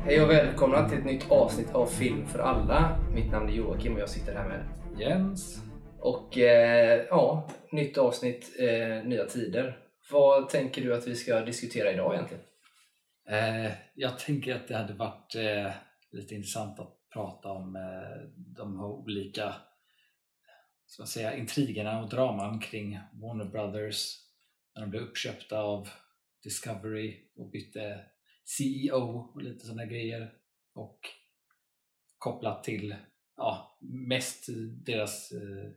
Hej och välkomna till ett nytt avsnitt av Film för alla. Mitt namn är Joakim och jag sitter här med Jens. Och nytt avsnitt, nya tider. Vad tänker du att vi ska diskutera idag egentligen? Jag tänker att det hade varit lite intressant att prata om de olika intrigerna och draman kring Warner Brothers när de blev uppköpta av Discovery och bytte CEO och lite sådana grejer, och kopplat till mest deras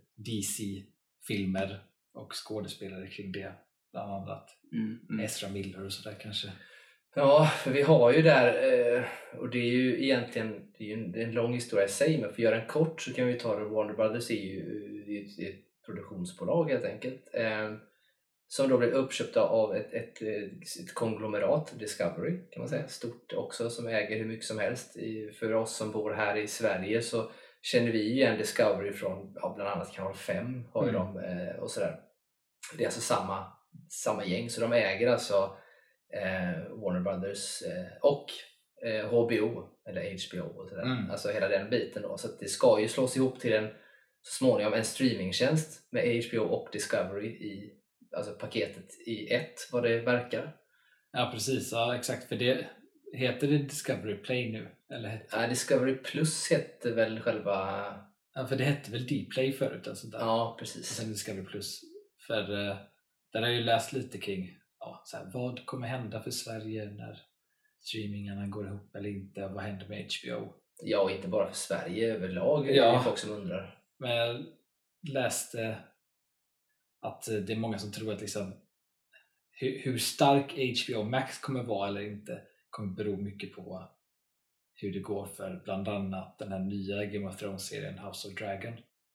DC-filmer och skådespelare kring det, bland annat Ezra Miller och sådär kanske. Ja, för vi har ju där, och det är ju egentligen det är en lång historia i sig, men för att göra en kort så kan vi ta det. Warner Brothers är ju ett produktionsbolag helt enkelt, som då blev uppköpta av ett konglomerat, Discovery kan man säga, stort också, som äger hur mycket som helst. För oss som bor här i Sverige så känner vi igen Discovery från bland annat kanal 5 har ju de, och sådär. Det är alltså samma gäng, så de äger alltså Warner Brothers och HBO eller HBO och sådär. Alltså hela den biten då, så att det ska ju slås ihop till så småningom en streamingtjänst med HBO och Discovery i alltså paketet i ett, vad det verkar. Ja precis, ja exakt, för det heter det Discovery Play nu, eller Discovery Plus heter väl själva. Ja, för det hette väl Dplay förut alltså där. Ja precis. Och sen Discovery Plus, för där har jag ju läst lite kring vad kommer hända för Sverige när streamingarna går ihop eller inte, vad händer med HBO? Ja, och inte bara för Sverige överlag, det är folk som undrar. Men jag läste att det är många som tror att hur stark HBO Max kommer vara eller inte kommer bero mycket på hur det går för bland annat den här nya Game of Thrones-serien House of Dragon.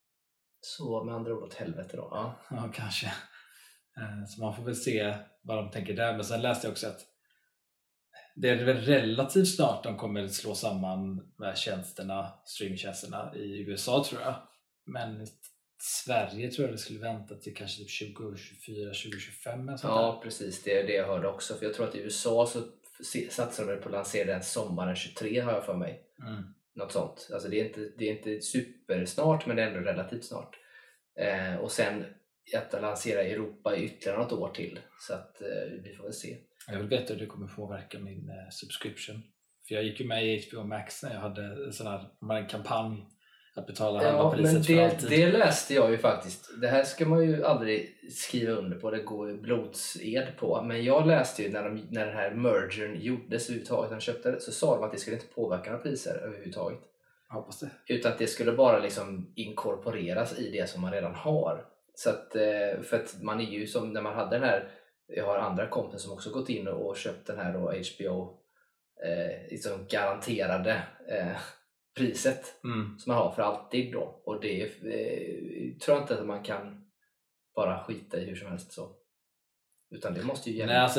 Så med andra ord åt helvete då? Ja, kanske. Så man får väl se vad de tänker där. Men sen läste jag också att det är väl relativt snart de kommer slå samman med streamingtjänsterna i USA tror jag. Men i Sverige tror jag det skulle vänta till kanske typ 2024, 2025. Ja precis, det är det jag hörde också. För jag tror att i USA så satsar de på att lansera den sommaren 23 har jag för mig. Något sånt. Alltså det är inte supersnart, men det är ändå relativt snart. Och sen att lansera i Europa i ytterligare något år till. Så att vi får väl se. Jag vill veta hur det kommer påverka min subscription. För jag gick ju med i HBO Max när jag hade en kampanj att betala halva priset för alltid. Det läste jag ju faktiskt. Det här ska man ju aldrig skriva under på, det går ju blodsed på. Men jag läste ju när den här mergern gjordes överhuvudtaget, när de köpte det, så sa de att det skulle inte påverka några priser överhuvudtaget. Jag hoppas det. Utan att det skulle bara liksom inkorporeras i det som man redan har. Så att, för att man är ju som när man hade den här, jag har andra kompisar som också gått in och köpt den här då HBO liksom garanterade priset som man har för alltid då, och det tror jag inte att man kan bara skita i hur som helst så, utan det måste ju gälla. Nej, alltså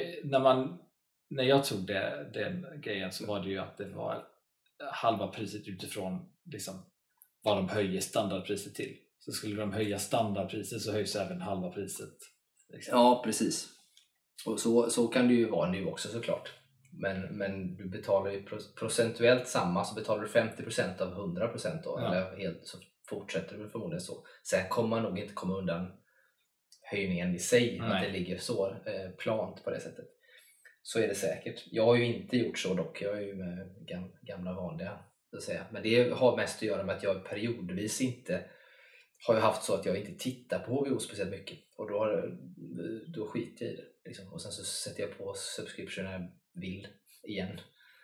när jag tog den grejen så var det ju att det var halva priset utifrån vad de höjer standardpriset till. Så skulle de höja standardpriset så höjs även halva priset. Ja precis, och så kan det ju vara nu också såklart. Men du betalar ju procentuellt samma, så betalar du 50% av 100% då, eller helt, så fortsätter det förmodligen så. Sen kommer man nog inte komma undan höjningen i sig. Nej. Att det ligger så plant på det sättet. Så är det säkert. Jag har ju inte gjort så dock, jag är ju med gamla vanliga så att säga. Men det har mest att göra med att jag periodvis inte har ju haft så att jag inte tittar på HBO speciellt mycket, och då skiter jag i det liksom. Och sen så sätter jag på subscription när jag vill igen.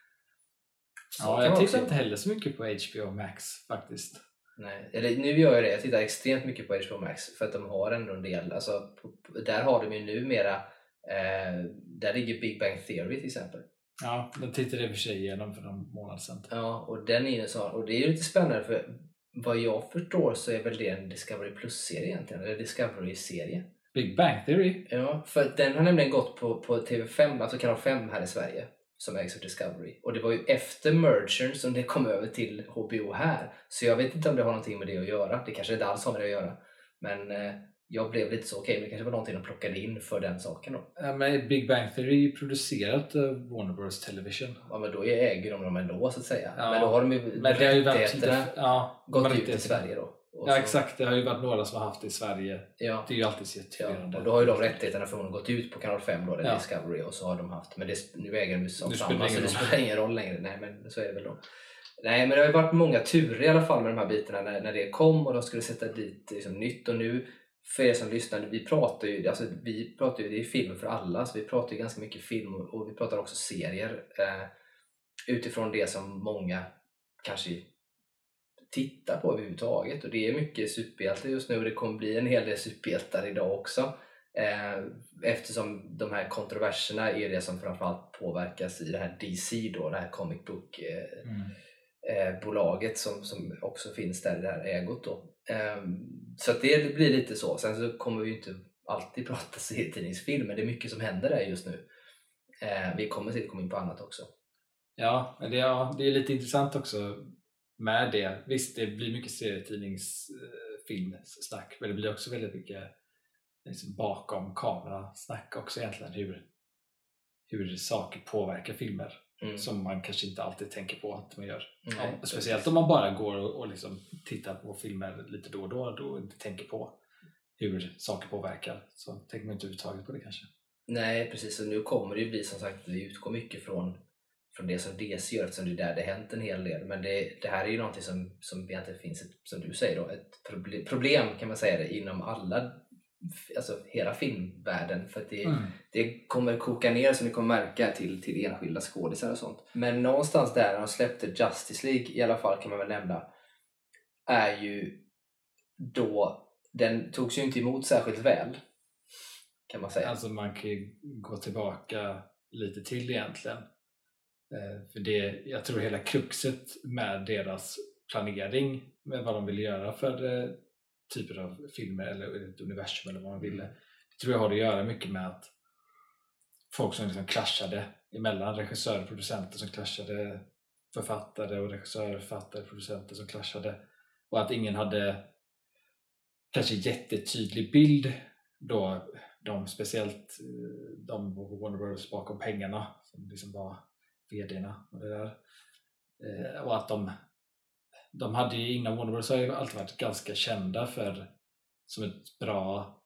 Så jag tittar inte heller så mycket på HBO Max faktiskt. Nej, eller nu gör jag det. Jag tittar extremt mycket på HBO Max för att de har ändå en del, alltså där har de ju numera där ligger Big Bang Theory till exempel. Ja, den tittade jag för sig igenom för någon månad sedan. Ja, och den är ju så, och det är ju lite spännande, för vad jag förstår så är väl det en Discovery Plus-serie egentligen, eller Discovery-serie. Big Bang Theory? Ja, för den har nämligen gått på TV5, alltså kanal 5 här i Sverige, som ägs av Discovery. Och det var ju efter mergern som det kom över till HBO här. Så jag vet inte om det har någonting med det att göra. Det kanske inte alls har med det att göra. Men jag blev lite så, okej, men det kanske var någonting de plockade in för den saken då. Ja, men Big Bang Theory är producerat av Warner Bros Television. Ja, men då äger de dem ändå så att säga. Ja, men då har de ju men det har ju varit gått ut i Sverige då. Ja, exakt. Det har ju varit några som har haft det i Sverige. Ja. Det är ju alltid så jätteförvirrande. Och då har ju de rättigheterna förmodligen gått ut på kanal 5 då, eller Discovery, och så har de haft, men nu äger de ju samma, så det spelar ingen roll längre. Nej, men så är det väl då. Nej, men det har ju varit många turer i alla fall med de här bitarna när det kom och de skulle sätta dit liksom nytt. Och nu, för er som lyssnar, vi pratar ju, det är film för alla, så vi pratar ju ganska mycket film och vi pratar också serier utifrån det som många kanske tittar på överhuvudtaget. Och det är mycket superhjältar just nu och det kommer bli en hel del superhjältar idag också. Eftersom de här kontroverserna är det som framförallt påverkas i det här DC då, det här comic book bolaget som också finns där i det här ägot då. Så att det blir lite så. Sen så kommer vi ju inte alltid prata serietidningsfilm, men det är mycket som händer där just nu. Vi kommer säkert komma in på annat också. Ja, men det är lite intressant också med det. Visst, det blir mycket serietidningsfilmsnack, men det blir också väldigt mycket liksom bakom kamerasnack också egentligen, hur saker påverkar filmer som man kanske inte alltid tänker på att man gör. Speciellt om man bara går och liksom tittar på filmer lite då och då inte tänker på hur saker påverkar, så tänker man inte överhuvudtaget på det kanske. Nej, precis. Och nu kommer det ju bli som sagt, vi utgår mycket från det som DC gör, eftersom det är där det hänt en hel del. Men det här är ju någonting som egentligen finns, som du säger då, ett problem kan man säga det, inom alla, alltså hela filmvärlden, för att det kommer koka ner, som ni kommer märka, till enskilda skådisar och sånt. Men någonstans där när de släppte Justice League, i alla fall kan man väl nämna, är ju då, den togs ju inte emot särskilt väl, kan man säga. Alltså man kan ju gå tillbaka lite till egentligen, för jag tror hela kruxet med deras planering, med vad de ville göra för typer av filmer eller ett universum eller vad man ville, det tror jag har att göra mycket med att folk som liksom clashade emellan regissörer och producenter, som clashade författare och regissörer, författare, producenter som clashade, och att ingen hade kanske jättetydlig bild då, speciellt de Warner Bros bakom pengarna som liksom var vd:na och det där, och att de hade ju, innan Warner Bros har ju alltid varit ganska kända som ett bra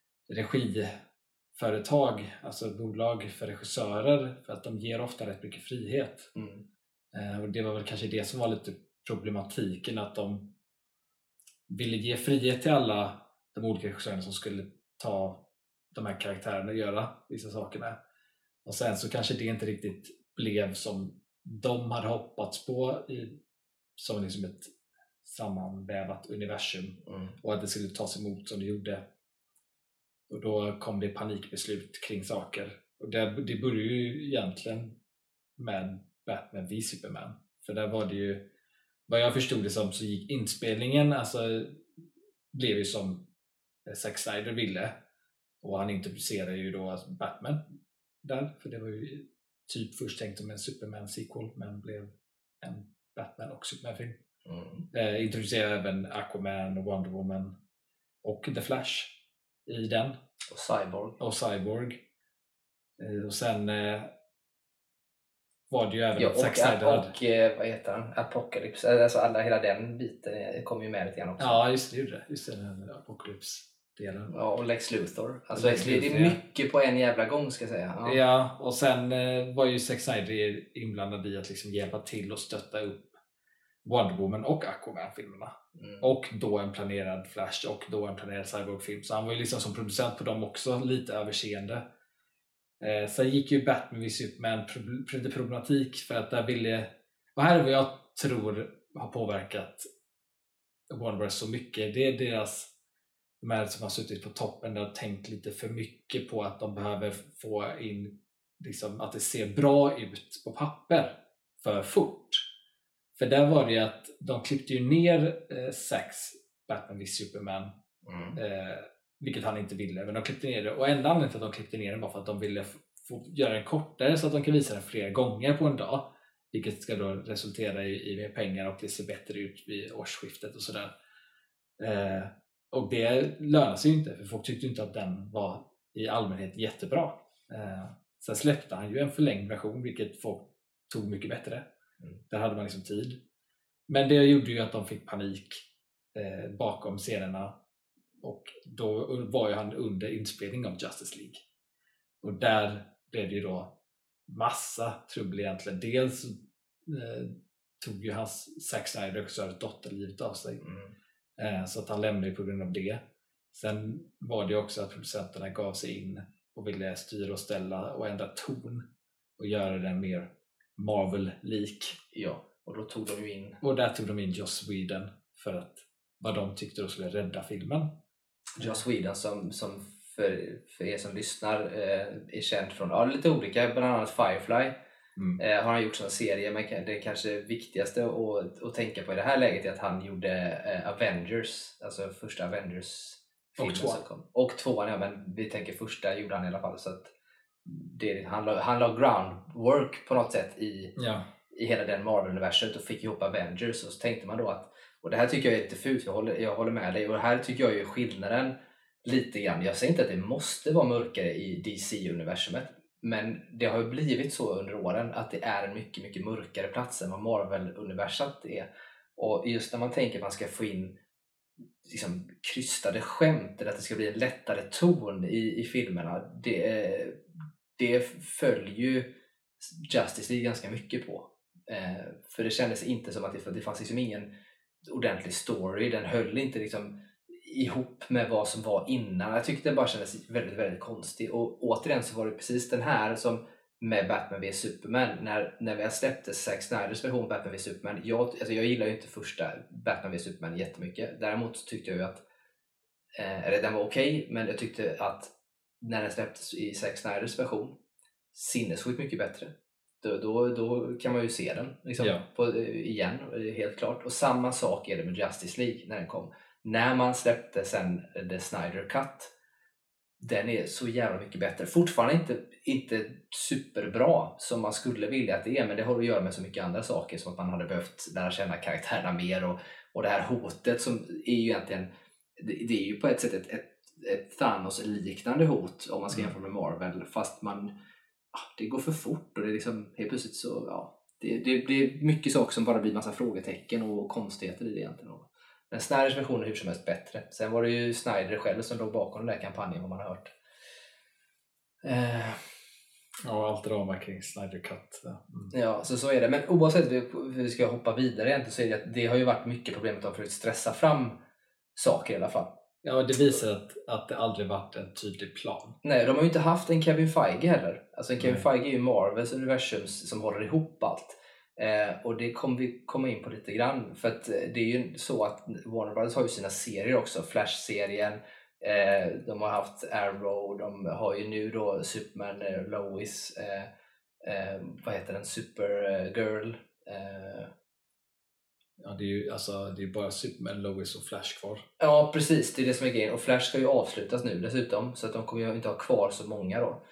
regiföretag, alltså bolag för regissörer, för att de ger ofta rätt mycket frihet. Och det var väl kanske det som var lite problematiken, att de ville ge frihet till alla de olika regissörerna som skulle ta de här karaktärerna och göra vissa saker med. Och sen så kanske det inte riktigt blev som de hade hoppats på, som liksom ett sammanvävat universum, och att det skulle tas emot som det gjorde. Och då kom det panikbeslut kring saker. Och det började ju egentligen med Batman v Superman. För där var det ju, vad jag förstod det som, så gick inspelningen, alltså blev ju som Zack Snyder ville. Och han introducerade ju då Batman där, för det var ju typ först tänkt som en Superman-sequel, men blev en Batman och Superman-film. Introducerade även Aquaman och Wonder Woman och The Flash i den. Och Cyborg. Och sen var det ju även Zack Snyder och vad heter han? Apocalypse. Alltså hela den biten kom ju med lite grann också. Ja, just det. Just den Apocalypse-delen. Ja, och Lex Luthor. Alltså det är mycket på en jävla gång, ska jag säga. Ja, och sen var ju Zack Snyder inblandad i att liksom hjälpa till och stötta upp Wonder Woman och Aquaman-filmerna. Och då en planerad Flash och då en planerad Cyborg-film. Så han var ju liksom som producent på dem också lite överseende. Sen gick ju Batman vid Superman lite problematik, för att där ville, och här är vad jag tror har påverkat Warner Bros så mycket, det är de här som har suttit på toppen där och tänkt lite för mycket på att de behöver få in liksom, att det ser bra ut på papper för fort. För där var det att de klippte ju ner Zacks Batman v Superman, vilket han inte ville, men de klippte ner det, och enda anledningen till att de klippte ner den var för att de ville få göra den kortare så att de kan visa den flera gånger på en dag, vilket ska då resultera i mer pengar och det ser bättre ut vid årsskiftet och sådär. Och det lönar sig ju inte, för folk tyckte inte att den var i allmänhet jättebra. Sen släppte han ju en förlängd version, vilket folk tog mycket bättre. Där hade man liksom tid. Men det gjorde ju att de fick panik bakom scenerna. Och då var ju han under inspelning av Justice League. Och där blev det ju då massa trubbel egentligen. Dels tog ju hans Zack Snyder, regissörens dotter, livet av sig. Så att han lämnade på grund av det. Sen var det också att producenterna gav sig in och ville styra och ställa och ändra ton och göra den mer Marvel-lik. Ja, och då tog de ju in... Och där tog de in Joss Whedon för att vad de tyckte då skulle rädda filmen. Joss Whedon som för er som lyssnar är känd från lite olika, bland annat Firefly. Har han gjort en serie, men det kanske viktigaste att tänka på i det här läget är att han gjorde Avengers, alltså första Avengers-filmen som kom. Och tvåan, ja, men vi tänker första gjorde han i alla fall, så att han la groundwork på något sätt i hela den Marvel-universet och fick ihop Avengers. Och så tänkte man då att, och det här tycker jag är lite fult, jag håller med dig, och det här tycker jag är skillnaden lite grann. Jag säger inte att det måste vara mörkare i DC-universumet, men det har ju blivit så under åren att det är en mycket, mycket mörkare plats än vad Marvel-universat är. Och just när man tänker att man ska få in liksom krystade skämt eller att det ska bli en lättare ton i filmerna, det följer ju Justice League ganska mycket på. För det kändes inte som att det fanns liksom ingen ordentlig story, den höll inte liksom ihop med vad som var innan. Jag tyckte det bara kändes väldigt, väldigt konstigt. Och återigen så var det precis den här som med Batman vs Superman, när vi släppte Zack Snyders version Batman vs Superman. Jag gillar ju inte första Batman vs Superman jättemycket. Däremot tyckte jag ju att den var okej, men jag tyckte att när den släpptes i Zack Snyders version sinnessjukt mycket bättre. Då kan man ju se den liksom, igen, helt klart. Och samma sak är det med Justice League när den kom. När man släppte sen The Snyder Cut, den är så jävla mycket bättre. Fortfarande inte superbra som man skulle vilja att det är, men det har att göra med så mycket andra saker, som att man hade behövt lära känna karaktärerna mer, och det här hotet som är ju egentligen, det är ju på ett sätt ett Thanos-liknande hot om man ska jämföra med Marvel, fast det går för fort och det är liksom helt plötsligt så, det blir mycket saker som bara blir massa frågetecken och konstigheter i det egentligen. Men Snyders version är hur som helst bättre. Sen var det ju Snyder själv som låg bakom den där kampanjen, vad man har hört. Ja, allt drama kring Snyder Cut. Ja, så är det. Men oavsett hur vi ska hoppa vidare egentligen, så är det att det har ju varit mycket problem att de har försökt stressa fram saker i alla fall. Ja, det visar att det aldrig varit en tydlig plan. Nej, de har ju inte haft en Kevin Feige heller. Alltså en Kevin Feige är ju Marvels universum som håller ihop allt. Och det kommer vi komma in på lite grann, för att det är ju så att Warner Brothers har ju sina serier också, Flash-serien, de har haft Arrow, de har ju nu då Superman, Lois, vad heter den, Supergirl. Ja, det är ju det är bara Superman, Lois och Flash kvar. Ja, precis, det är det som är grejen, och Flash ska ju avslutas nu dessutom, så att de kommer ju inte ha kvar så många då.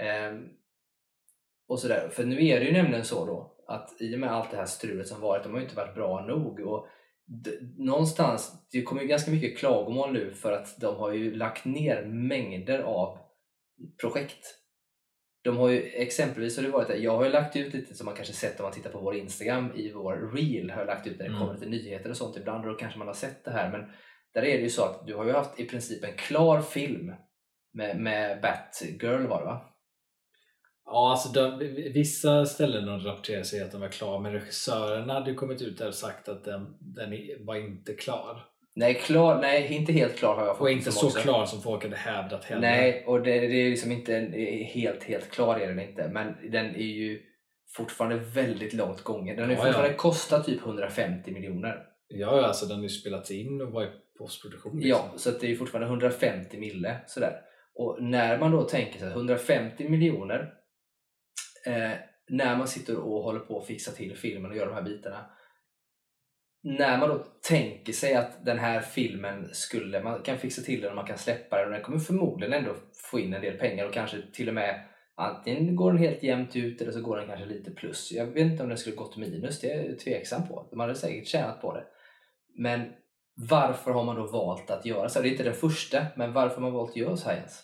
Och sådär, för nu är det ju nämligen så då att i och med allt det här strulet som varit, de har ju inte varit bra nog, och någonstans, det kommer ju ganska mycket klagomål nu för att de har ju lagt ner mängder av projekt. De har ju exempelvis, har det varit att jag har ju lagt ut lite som man kanske sett om man tittar på vår Instagram, i vår reel har jag lagt ut när det kommer lite nyheter och sånt ibland, och då kanske man har sett det här, men där är det ju så att du har ju haft i princip en klar film med Batgirl, var det va? Ja, alltså vissa ställen de rapporterar sig att de var klara, men regissörerna hade ju kommit ut där och sagt att den var inte klar. Nej, inte helt klar har jag fått. Och inte så klar som folk hade hävdat heller. Nej, och det är liksom inte helt klar är den inte, men den är ju fortfarande väldigt långt gången. Den har ju fortfarande kostat typ 150 miljoner. Ja, alltså den har ju spelats in och var i postproduktion. Liksom. Ja, så att det är fortfarande 150 mille sådär. Och när man då tänker sig 150 miljoner, när man sitter och håller på att fixa till filmen och gör de här bitarna, när man då tänker sig att den här filmen man kan fixa till den och man kan släppa den, och den kommer förmodligen ändå få in en del pengar, och kanske till och med antingen går den helt jämnt ut eller så går den kanske lite plus. Jag vet inte om den skulle gått minus, det är jag tveksam på. De hade säkert tjänat på det. Men varför har man då valt att göra så? Det är inte den första, men varför har man valt att göra så här ens?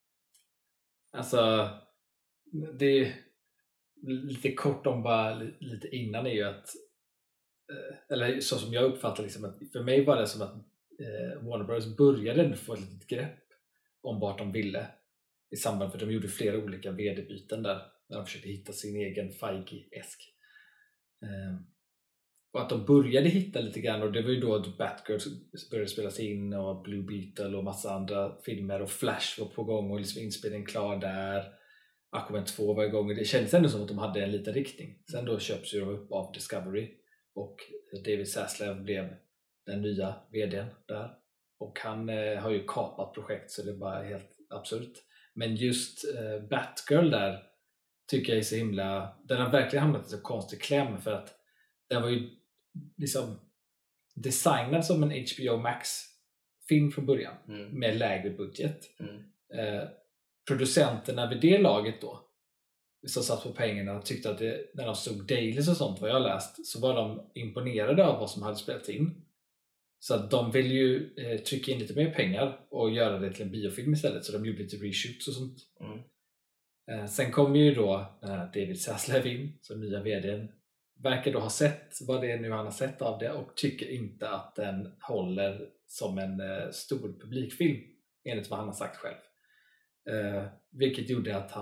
Alltså, det är lite kort om bara lite innan är ju att, eller så som jag uppfattar liksom, att för mig var det som att Warner Bros började få ett litet grepp om vart de ville i samband, för de gjorde flera olika vd-byten där när de försökte hitta sin egen Feige-esk. Och att de började hitta lite grann, och det var ju då att Batgirl började spelas in och Blue Beetle och massa andra filmer, och Flash var på gång och liksom inspelningen klar där. Aquaman 2 var igång och det kändes ändå som att de hade en liten riktning. Sen då köps ju de upp av Discovery och David Zaslav blev den nya vdn där. Och han har ju kapat projekt så det är bara helt absurt. Men just Batgirl där tycker jag är så himla... Den har verkligen hamnat i så konstig kläm, för att den var ju liksom designad som en HBO Max-film från början med lägre budget. Producenterna vid det laget då, som satt på pengarna, tyckte att när de såg dailies och sånt, vad jag läst, så var de imponerade av vad som hade spelats in. Så att de ville ju trycka in lite mer pengar och göra det till en biofilm istället, så de gjorde lite reshoots och sånt. Sen kom ju då David Zaslav in som nya vdn, verkar då ha sett vad det är nu han har sett av det och tycker inte att den håller som en stor publikfilm enligt vad han har sagt själv. Vilket gjorde att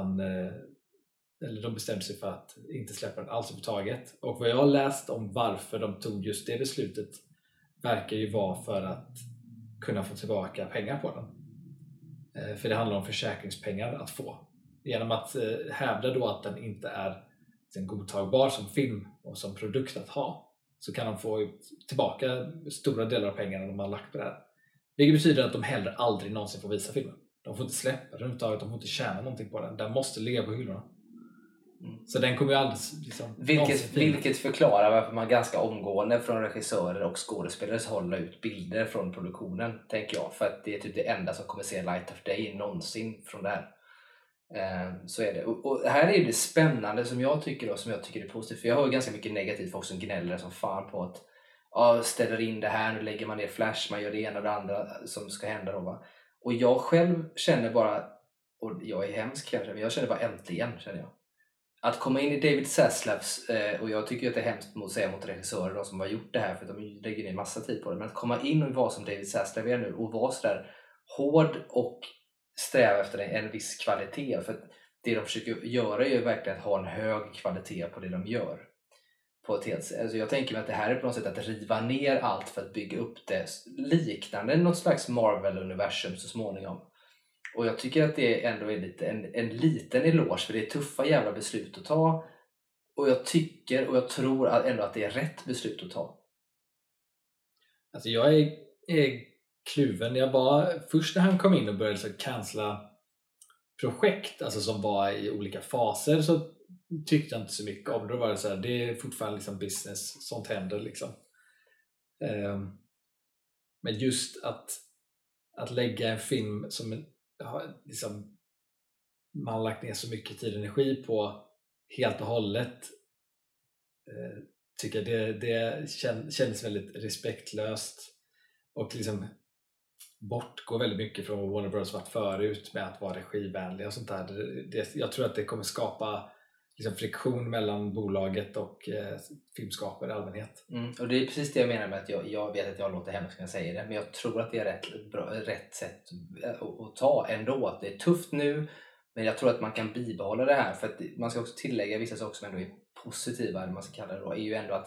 de bestämde sig för att inte släppa den alls överhuvudtaget. Och vad jag har läst om varför de tog just det beslutet verkar ju vara för att kunna få tillbaka pengar på den. För det handlar om försäkringspengar att få. Genom att hävda då att den inte är godtagbar som film och som produkt att ha, så kan de få tillbaka stora delar av pengarna de har lagt på det här. Vilket betyder att de heller aldrig någonsin får visa filmen. De får inte släppa den överhuvudtaget, de får inte tjäna någonting på den. Den måste leva på hyllorna. Så den kommer ju aldrig liksom, vilket förklarar varför man ganska omgående från regissörer och skådespelare håller ut bilder från produktionen, tänker jag. För att det är typ det enda som kommer se light of day någonsin från det här. Så är det. Och här är det spännande som jag tycker är positivt. För jag har ju ganska mycket negativt folk som gnäller som fan på att ställer in det här, nu lägger man ner Flash, man gör det ena och det andra som ska hända då, va? Och jag själv känner bara, och jag är hemsk kanske, men jag känner bara äntligen, känner jag. Att komma in i David Zaslavs, och jag tycker att det är hemskt att säga mot regissörer de som har gjort det här, för de lägger ner massa tid på det, men att komma in och vara som David Zaslav är nu och vara sådär hård och sträva efter en viss kvalitet, för att det de försöker göra är ju verkligen att ha en hög kvalitet på det de gör. På ett helt, alltså jag tänker mig att det här är på något sätt att riva ner allt för att bygga upp det liknande något slags Marvel-universum så småningom. Och jag tycker att det ändå är lite en liten eloge, för det är tuffa jävla beslut att ta. Och jag tycker och jag tror ändå att det är rätt beslut att ta. Alltså jag är kluven. Jag var först när han kom in och började så cancella projekt, alltså som var i olika faser, så tyckte jag inte så mycket om det. Då var det så här, det är fortfarande liksom business, sånt händer liksom. Men just att lägga en film som liksom, man har lagt ner så mycket tid och energi på helt och hållet, tycker jag det kändes väldigt respektlöst och liksom bortgår väldigt mycket från vad Warner Bros varit förut med att vara regivänliga och sånt där. Jag tror att det kommer skapa liksom friktion mellan bolaget och filmskapare i allmänhet. Och det är precis det jag menar med att jag vet att jag låter hemskt när jag säger det, men jag tror att det är rätt sätt att ta ändå. Att det är tufft nu, men jag tror att man kan bibehålla det här, för att man ska också tillägga vissa saker som ändå är positiva, eller man ska kalla det då, är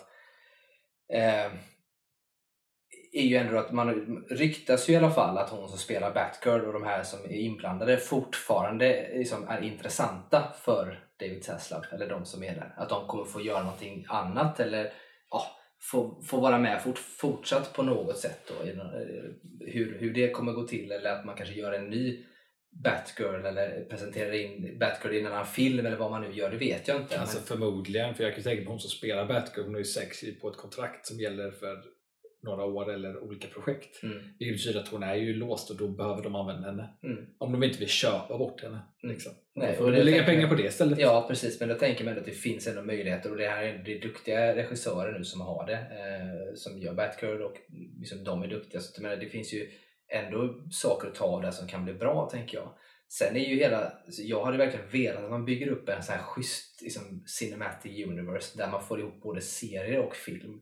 ju ändå att man ryktas ju i alla fall att hon som spelar Batgirl och de här som är inblandade fortfarande liksom är intressanta för David Zaslav, eller de som är där. Att de kommer få göra någonting annat, eller få vara med fortsatt på något sätt då, hur det kommer gå till, eller att man kanske gör en ny Batgirl eller presenterar in Batgirl i en annan film, eller vad man nu gör, det vet jag inte. Alltså förmodligen, för jag kan tänka på hon som spelar Batgirl, hon är ju sexy på ett kontrakt som gäller för några år eller olika projekt. Vilket betyder att hon är ju låst och då behöver de använda henne. Om de inte vill köpa bort henne. Liksom. Nej, och det lägga pengar på det istället. Ja, precis. Men då tänker man att det finns ändå möjligheter, och det här är duktiga regissörer nu som har det, som gör Batgirl, och liksom de är duktiga. Så jag menar, det finns ju ändå saker att ta av där som kan bli bra, tänker jag. Sen är ju jag hade verkligen velat att man bygger upp en så här schysst liksom, cinematic universe där man får ihop både serier och film.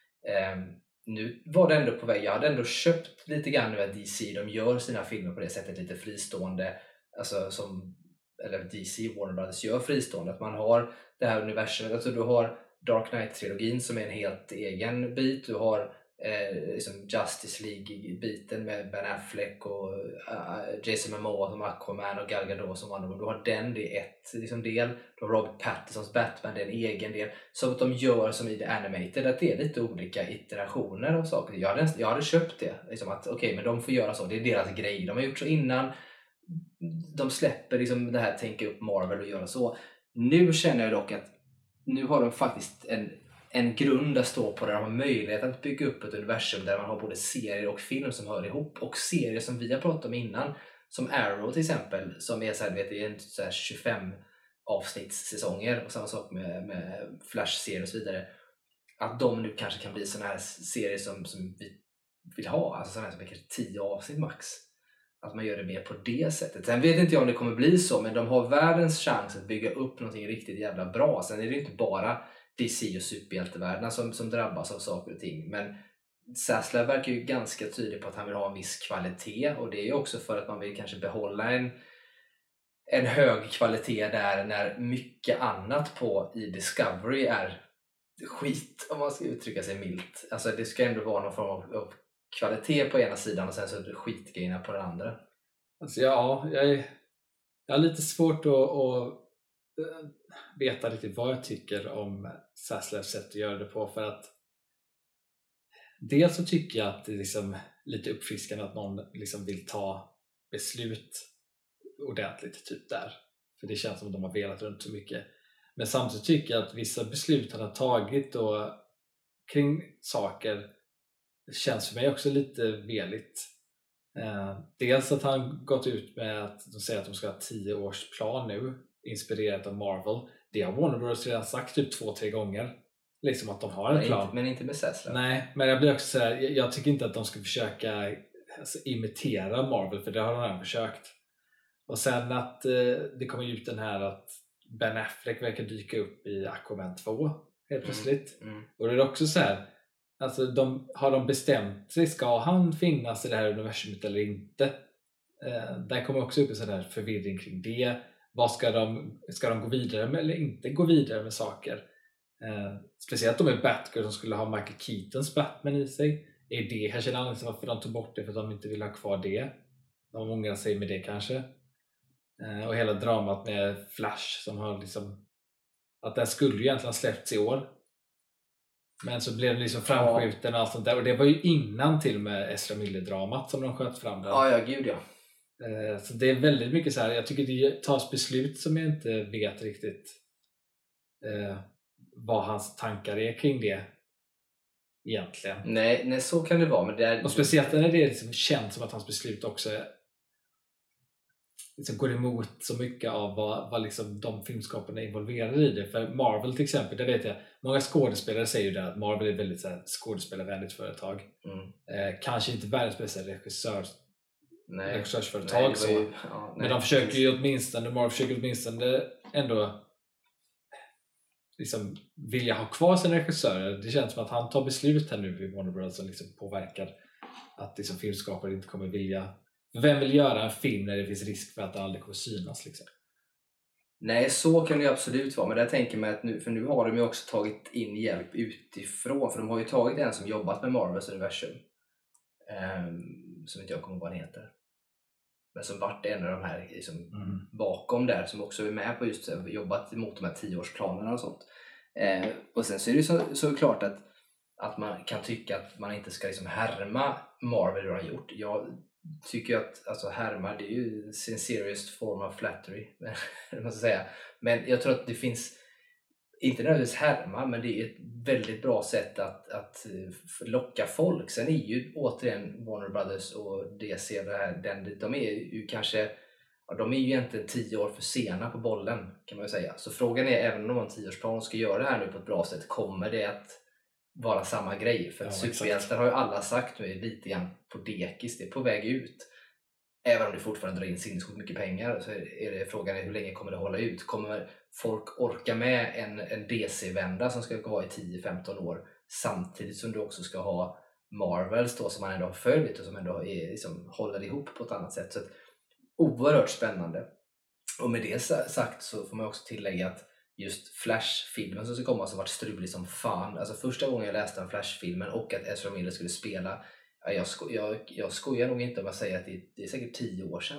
Nu var det ändå på väg. Jag hade ändå köpt lite grann nu att DC, de gör sina filmer på det sättet lite fristående, alltså eller DC, Warner Brothers gör fristående, att man har det här universumet, alltså du har Dark Knight-trilogin som är en helt egen bit, du har liksom Justice League-biten med Ben Affleck och Jason Momoa som Aquaman och Gal Gadot som Wonder Woman. Du har den, det är ett liksom del. Du har Robert Pattinsons Batman, det är en egen del. Så att de gör som i The Animated, att det är lite olika iterationer av saker. Jag hade köpt det, liksom att okej, men de får göra så, det är deras grej. De har gjort så innan. De släpper liksom det här, tänka upp Marvel och göra så. Nu känner jag dock att nu har de faktiskt en grund att stå på, där de har möjlighet att bygga upp ett universum där man har både serier och film som hör ihop, och serier som vi har pratat om innan, som Arrow till exempel, som är så här, det är en så här 25 avsnittssäsonger, och samma sak med Flash-serier och så vidare, att de nu kanske kan bli såna här serier som vi vill ha, alltså såna här som är kanske 10 avsnitt max, att man gör det mer på det sättet. Sen vet inte jag om det kommer bli så, men de har världens chans att bygga upp någonting riktigt jävla bra. Sen är det inte bara DC och superhjältevärldarna som drabbas av saker och ting, men Zaslav verkar ju ganska tydlig på att han vill ha en viss kvalitet, och det är ju också för att man vill kanske behålla en hög kvalitet där, när mycket annat i Discovery är skit, om man ska uttrycka sig milt. Alltså det ska ändå vara någon form av kvalitet på ena sidan, och sen så är det skitgrejerna på den andra. Alltså jag har lite svårt att veta riktigt vad jag tycker om Zaslavs sätt att göra det på, för att dels så tycker jag att det är liksom lite uppfriskande att någon liksom vill ta beslut ordentligt typ där, för det känns som att de har velat runt så mycket. Men samtidigt tycker jag att vissa beslut han har tagit och kring saker känns för mig också lite veligt. Dels att han gått ut med att de säger att de ska ha 10-årsplan nu, inspirerat av Marvel. Det har Warner Bros redan sagt typ 2-3 gånger, liksom att de har en plan. Men inte med Zaslav. Nej, men jag blir också så här, jag tycker inte att de ska försöka imitera Marvel, för det har de redan försökt. Och sen att det kommer ut den här att Ben Affleck verkar dyka upp i Aquaman 2 helt plötsligt. Och det är också så här, alltså har de bestämt sig, ska han finnas i det här universumet eller inte? Där kommer också upp en sån där förvirring kring det. Vad ska de gå vidare med eller inte gå vidare med saker? Speciellt de med Batgirl som skulle ha Michael Keatons Batman i sig. Är det kanske en anledning till varför de tog bort det, för att de inte vill ha kvar det? De ångrar sig med det kanske. Och hela dramat med Flash som har liksom, att den skulle ju egentligen ha släppts i år, men så blev den liksom framskjuten och allt sånt där, och det var ju innan till och med Ezra Miller-dramat som de sköt fram där. Ja, gud ja. Så det är väldigt mycket så här. Jag tycker det tas beslut som jag inte vet riktigt vad hans tankar är kring det egentligen. Nej, så kan det vara, men det är... Och speciellt när det liksom känns som att hans beslut också liksom går emot så mycket av vad liksom de filmskaparna är involverade i det. För Marvel till exempel, det vet jag, många skådespelare säger ju det, att Marvel är ett väldigt så här skådespelarvänligt företag. Kanske inte världens bästa regissörsföretag, men de försöker ju åtminstone, Marvel försöker åtminstone ändå liksom vilja ha kvar sina regissörer. Det känns som att han tar beslut här nu i Warner Bros som liksom påverkar att liksom filmskapare inte kommer vilja. Vem vill göra en film när det finns risk för att det aldrig kommer synas liksom? Nej, så kan det absolut vara, men där tänker man att nu har de ju också tagit in hjälp utifrån, för de har ju tagit en som jobbat med Marvels universum, som inte jag kommer ihåg vad han heter, men som vart en av de här liksom, bakom där, som också är med på just jobbat mot de här 10-årsplanerna och sånt. Och sen så är det ju så klart att man kan tycka att man inte ska liksom härma Marvel det de har gjort. Jag tycker att alltså, härma, det är ju sincerest form of flattery, man ska säga. Men jag tror att det finns inte nödvändigtvis härma, men det är ett väldigt bra sätt att locka folk. Sen är ju återigen Warner Brothers och DC de är ju kanske, de är ju egentligen 10 år för sena på bollen, kan man ju säga. Så frågan är, även om de har en 10-årsplan ska göra det här nu på ett bra sätt, kommer det att vara samma grej? För superhjältar har ju alla sagt nu är lite grann på dekis, det är på väg ut. Även om det fortfarande drar in sinnessjukt mycket pengar, så är det frågan hur länge kommer det hålla ut? Kommer folk orka med en DC-vända som ska vara i 10-15 år, samtidigt som du också ska ha Marvels då, som man ändå har följt och som ändå är, liksom, håller ihop på ett annat sätt. Så oerhört spännande. Och med det sagt så får man också tillägga att just Flash-filmen som ska komma som varit strulig som fan. Alltså första gången jag läste om Flash-filmen och att Ezra Miller skulle spela, jag skojar nog inte om jag säger att det är säkert 10 år sedan.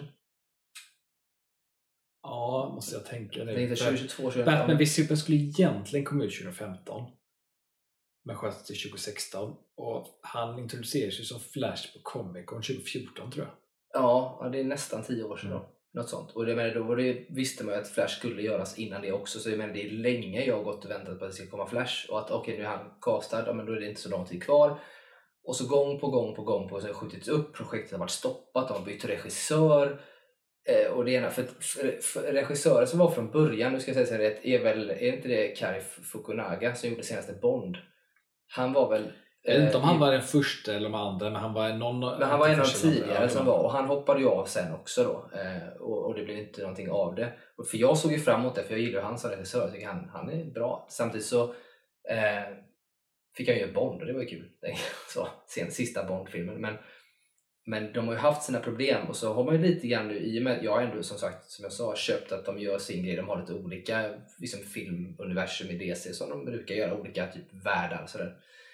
Ja, måste jag tänka det. Det är inte 2022. Batman v Superman skulle egentligen komma ut 2015. Men sköts till 2016. Och han introducerades ju som Flash på Comic-Con 2014 tror jag. Ja, det är nästan 10 år sedan då. Något sånt. Och då visste man ju att Flash skulle göras innan det också. Så det är länge jag har gått och väntat på att det ska komma Flash. Och att okej, nu är han castad, men då är det inte så lång tid kvar. Och så gång på gång så har det skjutits upp. Projektet har varit stoppat, de har bytt regissör. Och det ena, för regissören som var från början, nu ska jag säga rätt, är inte det Cary Fukunaga som gjorde senaste Bond? Han var väl... Jag vet inte om han var den första eller de andra, men han var en av de tidigare som var, och han hoppade ju av sen också då, och det blev inte någonting av det. För jag såg ju fram emot det, för jag gillar han som regissör, jag tycker han är bra. Samtidigt så fick han ju Bond och det var ju kul så, sista Bond-filmen, men de har ju haft sina problem, och så har man ju lite grann nu, i och med att jag ändå som sagt, som jag sa, köpt att de gör sin grej, de har lite olika liksom, filmuniversum i DC som de brukar göra, olika typ världar sådär.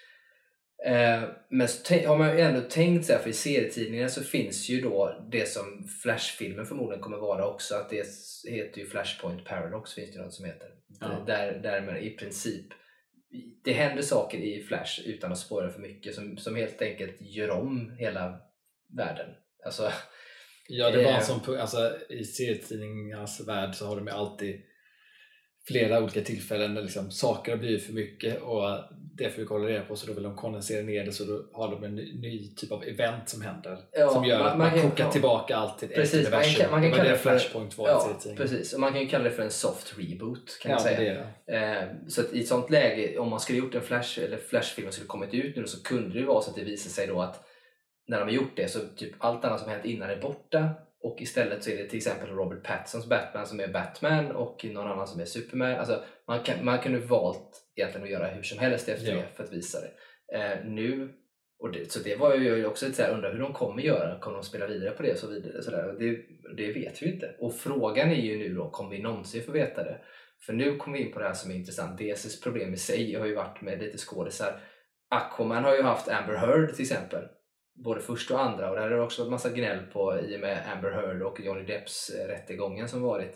Men så har man ju ändå tänkt så här, för i serietidningen så finns ju då det som Flash-filmen förmodligen kommer vara också, att det heter ju Flashpoint Paradox, finns det något som heter. Ja. Där man i princip, det händer saker i Flash utan att spåra för mycket som helt enkelt gör om hela världen. Alltså, ja, det var som alltså, i serietidningarnas värld så har de ju alltid flera olika tillfällen där liksom saker har blivit för mycket och det får vi kolla reda på, så då vill de kondensera ner det, så då har de en ny typ av event som händer, som gör att man kokar tillbaka allt till ett universum. Man kan kalla det Flashpoint var precis, och man kan ju kalla det för en soft reboot, kan man säga. Så att i ett sånt läge, om man skulle gjort en Flash-film skulle kommit ut nu, så kunde det ju vara så att det visar sig då att när de har gjort det så typ allt annat som hänt innan är borta, och istället så är det till exempel Robert Pattinsons Batman som är Batman och någon annan som är Superman. Alltså man kan ju valt egentligen att göra hur som helst efter det för att visa det. Nu, så det var ju också ett så här, undrar hur de kommer göra, kommer de spela vidare på det och så vidare. Så där. Det vet vi inte. Och frågan är ju nu då, kommer vi någonsin få veta det? För nu kommer vi in på det här som är intressant. DCs problem i sig har ju varit med lite skådisar. Aquaman har ju haft Amber Heard till exempel, både första och andra, och det har också varit massa gnäll på i och med Amber Heard och Johnny Depps rättegången som varit,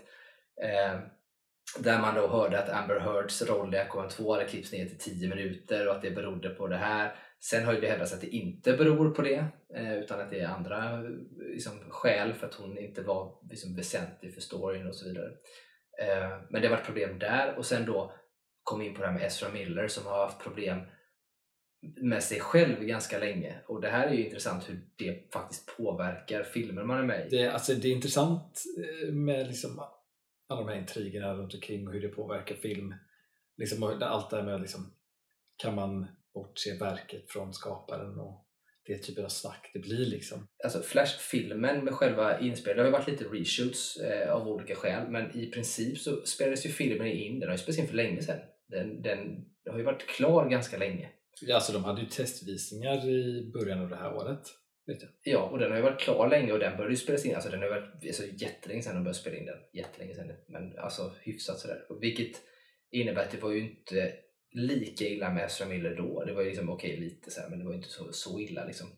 där man då hörde att Amber Heards roll i Aquaman 2 hade klippts ner till 10 minuter och att det berodde på det här. Sen har ju det hävdats att det inte beror på det, utan att det är andra liksom, skäl, för att hon inte var liksom, väsentlig för storyn och så vidare. Men det har varit problem där, och sen då kom in på det här med Ezra Miller som har haft problem med sig själv ganska länge, och det här är ju intressant hur det faktiskt påverkar filmer man är med i. Det är intressant med liksom alla de här intrigerna runt omkring och hur det påverkar film, liksom, allt det här med liksom, kan man bortse verket från skaparen, och det typen av snack det blir liksom. Alltså Flash-filmen med själva inspelet har ju varit lite reshoots av olika skäl, men i princip så spelades ju filmen in, den har ju spelats in för länge sedan, den har ju varit klar ganska länge. Alltså de hade ju testvisningar i början av det här året, vet jag. Ja, och den har ju varit klar länge, och den började ju spelas in, alltså den har varit alltså, jättelänge sedan de började spela in den, jättelänge sedan, men alltså hyfsat sådär, vilket innebär att det var ju inte lika illa med Ezra Miller då, det var ju liksom okej, lite så här, men det var ju inte så illa liksom.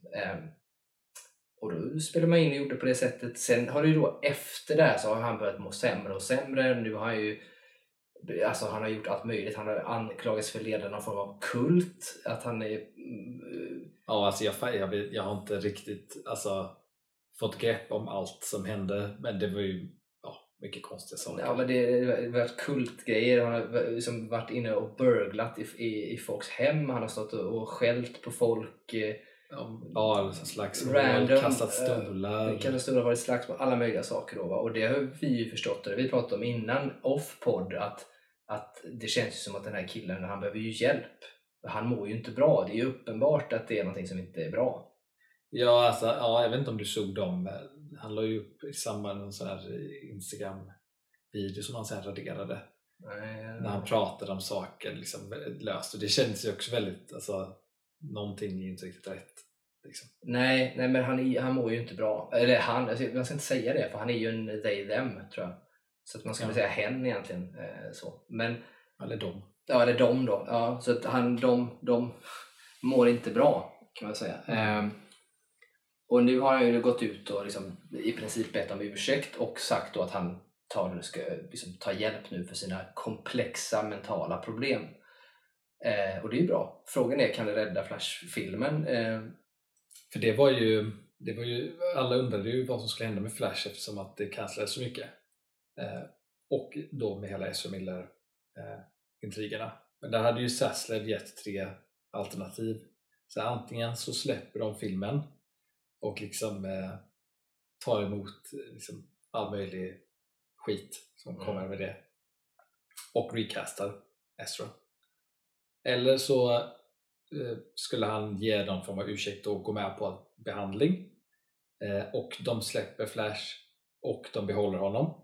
Och då spelade man in och gjorde på det sättet. Sen har det ju då efter det här så har han börjat må sämre och sämre. Nu har han ju, alltså han har gjort allt möjligt. Han har anklagats för ledande någon form av kult, att han är ja, alltså jag har inte riktigt alltså fått grepp om allt som hände, men det var ju mycket konstiga saker. Ja, men det har varit kultgrejer. Han har liksom varit inne och burglat i folks hem. Han har stått och skällt på folk. Ja, slagsmål, random, kastat stolar. Varit slagsmål, alla möjliga saker då, va? Och det har vi ju förstått, det vi pratade om innan off-podd, att det känns ju som att den här killen, han behöver ju hjälp. Han mår ju inte bra, det är ju uppenbart att det är någonting som inte är bra. Ja, alltså, jag vet inte om du såg dem. Han la ju upp i samband med en sån här Instagram-video som han sen raderade. Nej. När han pratade om saker liksom löst. Och det känns ju också väldigt, alltså, någonting är inte riktigt rätt. Liksom. Nej, men han mår ju inte bra. Eller jag ska inte säga det, för han är ju en they them, tror jag. Så att man skulle säga hen egentligen. Så. Men, eller dem. Ja, eller dem då. Ja, så att de mår inte bra, kan man säga. Och nu har han ju gått ut och liksom i princip bett om ursäkt och sagt då att han ska liksom ta hjälp nu för sina komplexa mentala problem. Och det är ju bra. Frågan är, kan det rädda Flash-filmen? För det var ju alla undrade ju vad som skulle hända med Flash eftersom att det cancelades så mycket. Och då med hela Ezra Miller intrigerna. Men där hade ju Zaslav gett 3 alternativ. Så antingen så släpper de filmen och liksom tar emot liksom all möjlig skit som kommer med det och recastar Ezra. Eller så skulle han ge någon form av ursäkt och gå med på behandling, och de släpper Flash och de behåller honom.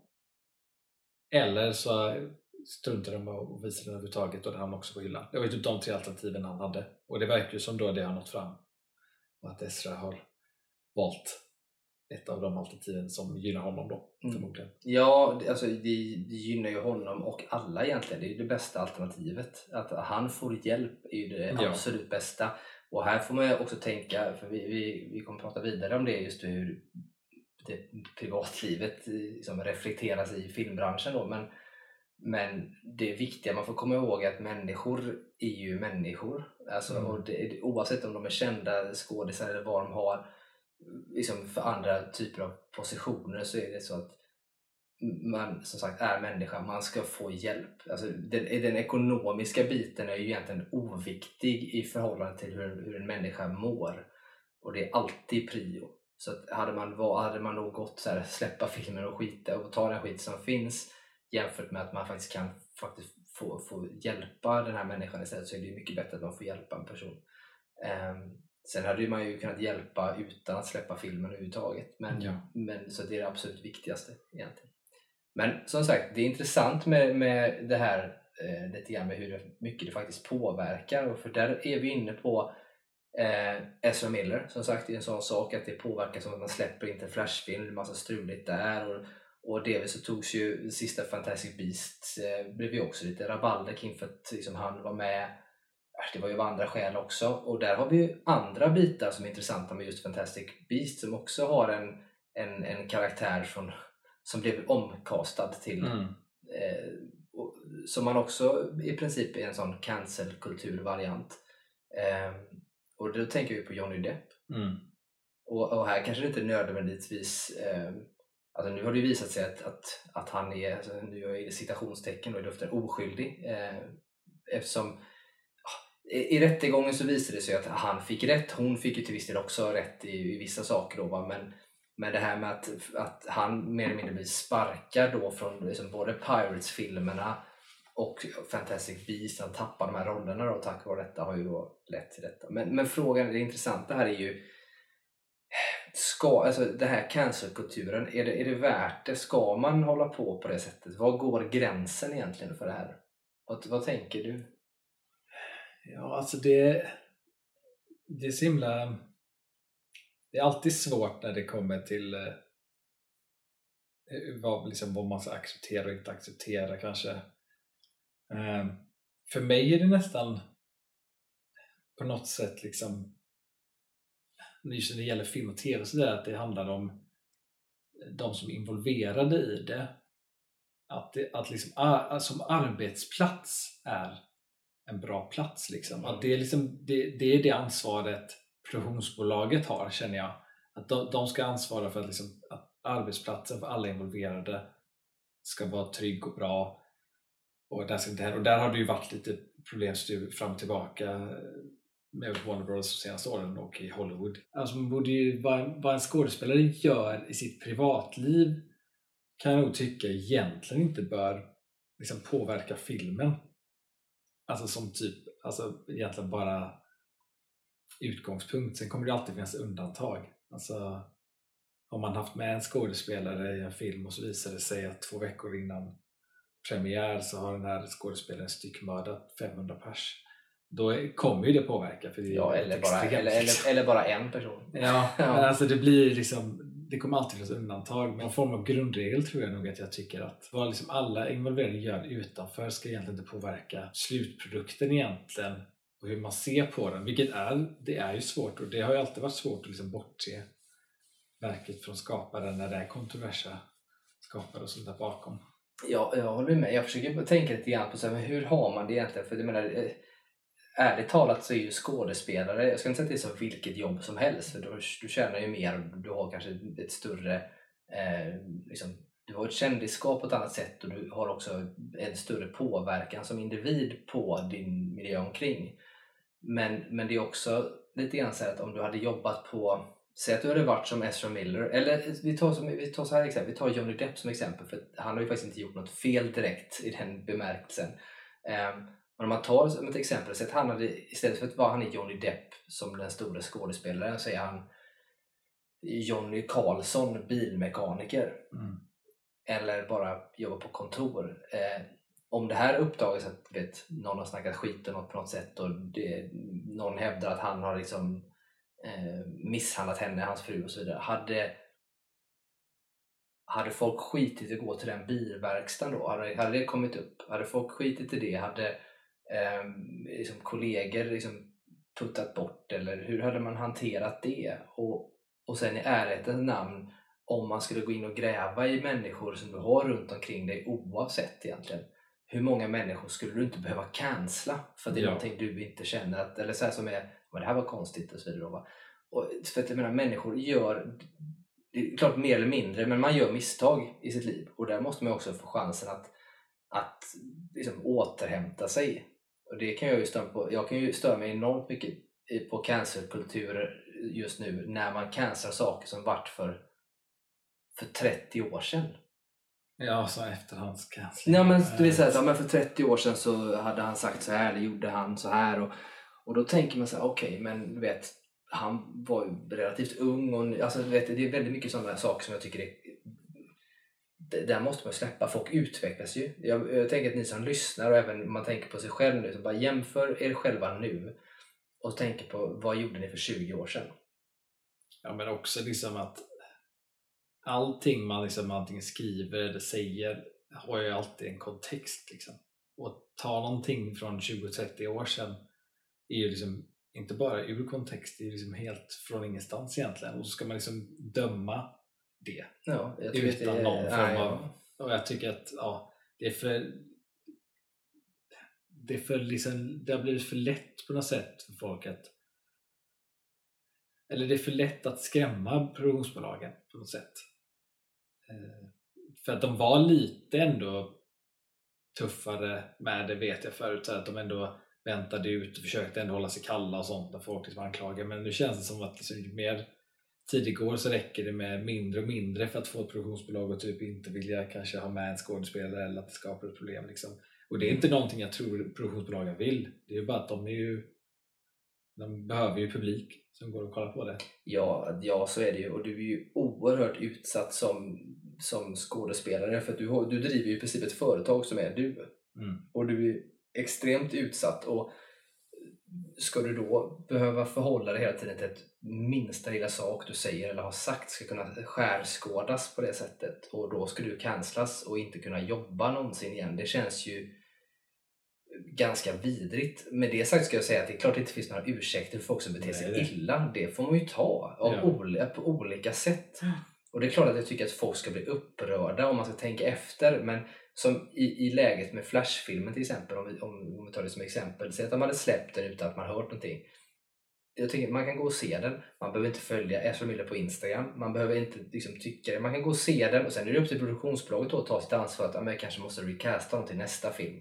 Eller så struntar de och visar den överhuvudtaget och det hamnar också på hyllan. Det var ju de 3 alternativen han hade, och det verkar ju som då det har nått fram och att Ezra har valt ett av de alternativen som gynnar honom då, förmodligen. Ja, alltså det gynnar ju honom och alla egentligen. Det är ju det bästa alternativet. Att han får hjälp är ju det absolut bästa. Och här får man ju också tänka, för vi kommer prata vidare om det, just hur det privatlivet liksom reflekteras i filmbranschen då. Men det viktiga, man får komma ihåg att människor är ju människor. Alltså, och oavsett om de är kända skådisar eller vad de har liksom för andra typer av positioner, så är det så att man som sagt är människa, man ska få hjälp. Alltså den ekonomiska biten är ju egentligen oviktig i förhållande till hur en människa mår, och det är alltid prio. Så att hade man nog gått så här, släppa filmer och skita och ta den skit som finns, jämfört med att man faktiskt kan få hjälpa den här människan istället, så är det mycket bättre att man får hjälpa en person. Sen hade man ju kunnat hjälpa utan att släppa filmen överhuvudtaget. Men så det är det absolut viktigaste egentligen. Men som sagt, det är intressant med det här lite grann med hur mycket det faktiskt påverkar. Och för där är vi inne på Ezra Miller. Som sagt, det är en sån sak att det påverkar som att man släpper inte en flashfilm. Det är en massa struligt där. Och delvis så togs ju sista Fantastic Beast, blev ju också lite rabalder kring för att liksom, han var med. Det var ju av andra skäl också, och där har vi ju andra bitar som är intressanta med just Fantastic Beast, som också har en karaktär som blev omkastad till som man också i princip är en sån cancel-kulturvariant, och då tänker vi på Johnny Depp. Och här kanske det inte nödvändigtvis alltså nu har det visat sig att han är, alltså, nu gör jag i citationstecken då i luften, oskyldig, eftersom i rättegången så visade det sig att han fick rätt. Hon fick ju till viss del också rätt i vissa saker då, va? Men det här med att han mer eller mindre blir sparkad då från liksom både Pirates-filmerna och Fantastic Beasts, han tappar de här rollerna då, tack vare detta, har ju då lett till detta. Men frågan, det intressanta här är ju, alltså den här cancelkulturen, är det värt det? Ska man hålla på det sättet? Var går gränsen egentligen för det här? Vad tänker du? Ja, alltså det är så himla, det är alltid svårt när det kommer till vad man ska acceptera och inte acceptera kanske. För mig är det nästan på något sätt liksom, just när det gäller film och tv, så där, att det handlar om de som är involverade i det, att liksom, som arbetsplats är en bra plats liksom. Att det är liksom det är det ansvaret produktionsbolaget har, känner jag, att de ska ansvara för att, liksom, att arbetsplatsen för alla involverade ska vara trygg och bra. Och där har det ju varit lite problem fram och tillbaka med Warner Bros de senaste åren och i Hollywood. Alltså man borde ju, vad en skådespelare gör i sitt privatliv kan jag nog tycka egentligen inte bör liksom påverka filmen. Alltså som egentligen bara utgångspunkt. Sen kommer det alltid finnas undantag. Alltså om man haft med en skådespelare i en film och så visar det sig att 2 veckor innan premiär så har den här skådespelaren styckmördat 500 pers. Då kommer ju det påverka. För det är eller bara en person. Ja, men alltså det blir liksom, det kommer alltid finnas undantag. Men någon form av grundregel tror jag nog att jag tycker att vad liksom alla involverade gör utanför ska egentligen inte påverka slutprodukten egentligen och hur man ser på den. Vilket det är ju svårt, och det har ju alltid varit svårt att liksom bortse verket från skaparen när det är kontroversa skapare och sånt där bakom. Ja, jag håller med. Jag försöker tänka lite grann på så här, hur har man det egentligen? För jag menar, ärligt talat så är ju skådespelare, jag ska inte säga att det är som vilket jobb som helst, för du tjänar ju mer, du har kanske ett större liksom, du har ett kändisskap på ett annat sätt, och du har också en större påverkan som individ på din miljö omkring. Men det är också lite grann så här att om du hade jobbat på, säg att du hade varit som Ezra Miller, eller vi tar så här exempel, vi tar Johnny Depp som exempel, för han har ju faktiskt inte gjort något fel direkt i den bemärkelsen. Men om man tar som ett exempel, så att han hade, istället för att vara han är Johnny Depp som den stora skådespelaren, så är han Johnny Karlsson, bilmekaniker. Eller bara jobba på kontor. Om det här uppdagas att någon har snackat skit på något sätt, och någon hävdar att han har liksom misshandlat henne, hans fru och så vidare, hade folk skitit att gå till den bilverkstaden då? Hade det kommit upp? Hade folk skitit i det? Hade liksom kollegor liksom puttat bort, eller hur hade man hanterat det? Och sen i ärlighetens namn, om man skulle gå in och gräva i människor som du har runt omkring dig, oavsett egentligen, hur många människor skulle du inte behöva cancella för att det är någonting du inte känner att, eller så här som är, men det här var konstigt och så vidare då, va? Och för att jag menar, människor gör, det är klart mer eller mindre, men man gör misstag i sitt liv, och där måste man också få chansen att liksom återhämta sig. Och det kan jag ju störa på. Jag kan ju störa mig enormt mycket på cancelkulturer just nu, när man cancelar saker som vart för 30 år sedan. Ja, så efterhandscanceling. Ja, men du vill säga men för 30 år sedan så hade han sagt så här, eller gjorde han så här, och då tänker man så här, okej, men du vet, han var ju relativt ung, och alltså, du vet, det är väldigt mycket sådana saker som jag tycker där måste man släppa. Folk utvecklas ju. Jag tänker att ni som lyssnar, och även om man tänker på sig själv nu, så bara jämför er själva nu och tänker på vad gjorde ni för 20 år sedan. Ja, men också liksom att allting man liksom antingen skriver eller säger har ju alltid en kontext liksom. Och ta någonting från 20-30 år sedan är ju liksom inte bara ur kontext, det är liksom helt från ingenstans egentligen, och så ska man liksom döma det. Ja, jag utan någon form av, och jag tycker att det är för liksom, det har blivit för lätt på något sätt för folk att, eller det är för lätt att skrämma produktionsbolagen på något sätt. För att de var lite ändå tuffare med det, vet jag förut, så att de ändå väntade ut och försökte ändå hålla sig kalla och sånt när folk liksom anklagar. Men nu känns det som att liksom, ju mer tid det går så räcker det med mindre och mindre för att få ett produktionsbolag att typ inte vilja kanske ha med en skådespelare, eller att det skapar ett problem liksom. Och det är inte någonting jag tror produktionsbolagen vill. Det är ju bara att de behöver ju publik som går och kollar på det. Ja, så är det ju. Och du är ju oerhört utsatt som skådespelare, för att du driver ju i princip ett företag som är du. Och du är extremt utsatt, och ska du då behöva förhålla dig hela tiden till att minsta lilla sak du säger eller har sagt ska kunna skärskådas på det sättet, och då ska du cancelas och inte kunna jobba någonsin igen. Det känns ju ganska vidrigt. Med det sagt ska jag säga att det är klart att det inte finns några ursäkter för folk som beter sig illa. Det får man ju ta på olika sätt. Och det är klart att jag tycker att folk ska bli upprörda om man ska tänka efter, men som i läget med Flash-filmen till exempel, om vi tar det som exempel, så att de hade släppt den utan att man hört någonting. jag tycker man kan gå och se den, man behöver inte följa Ezra Miller på Instagram, man behöver inte liksom tycka det, man kan gå och se den och sen är det upp till produktionsbolaget att ta sitt ansvar att jag kanske måste recasta dem till nästa film.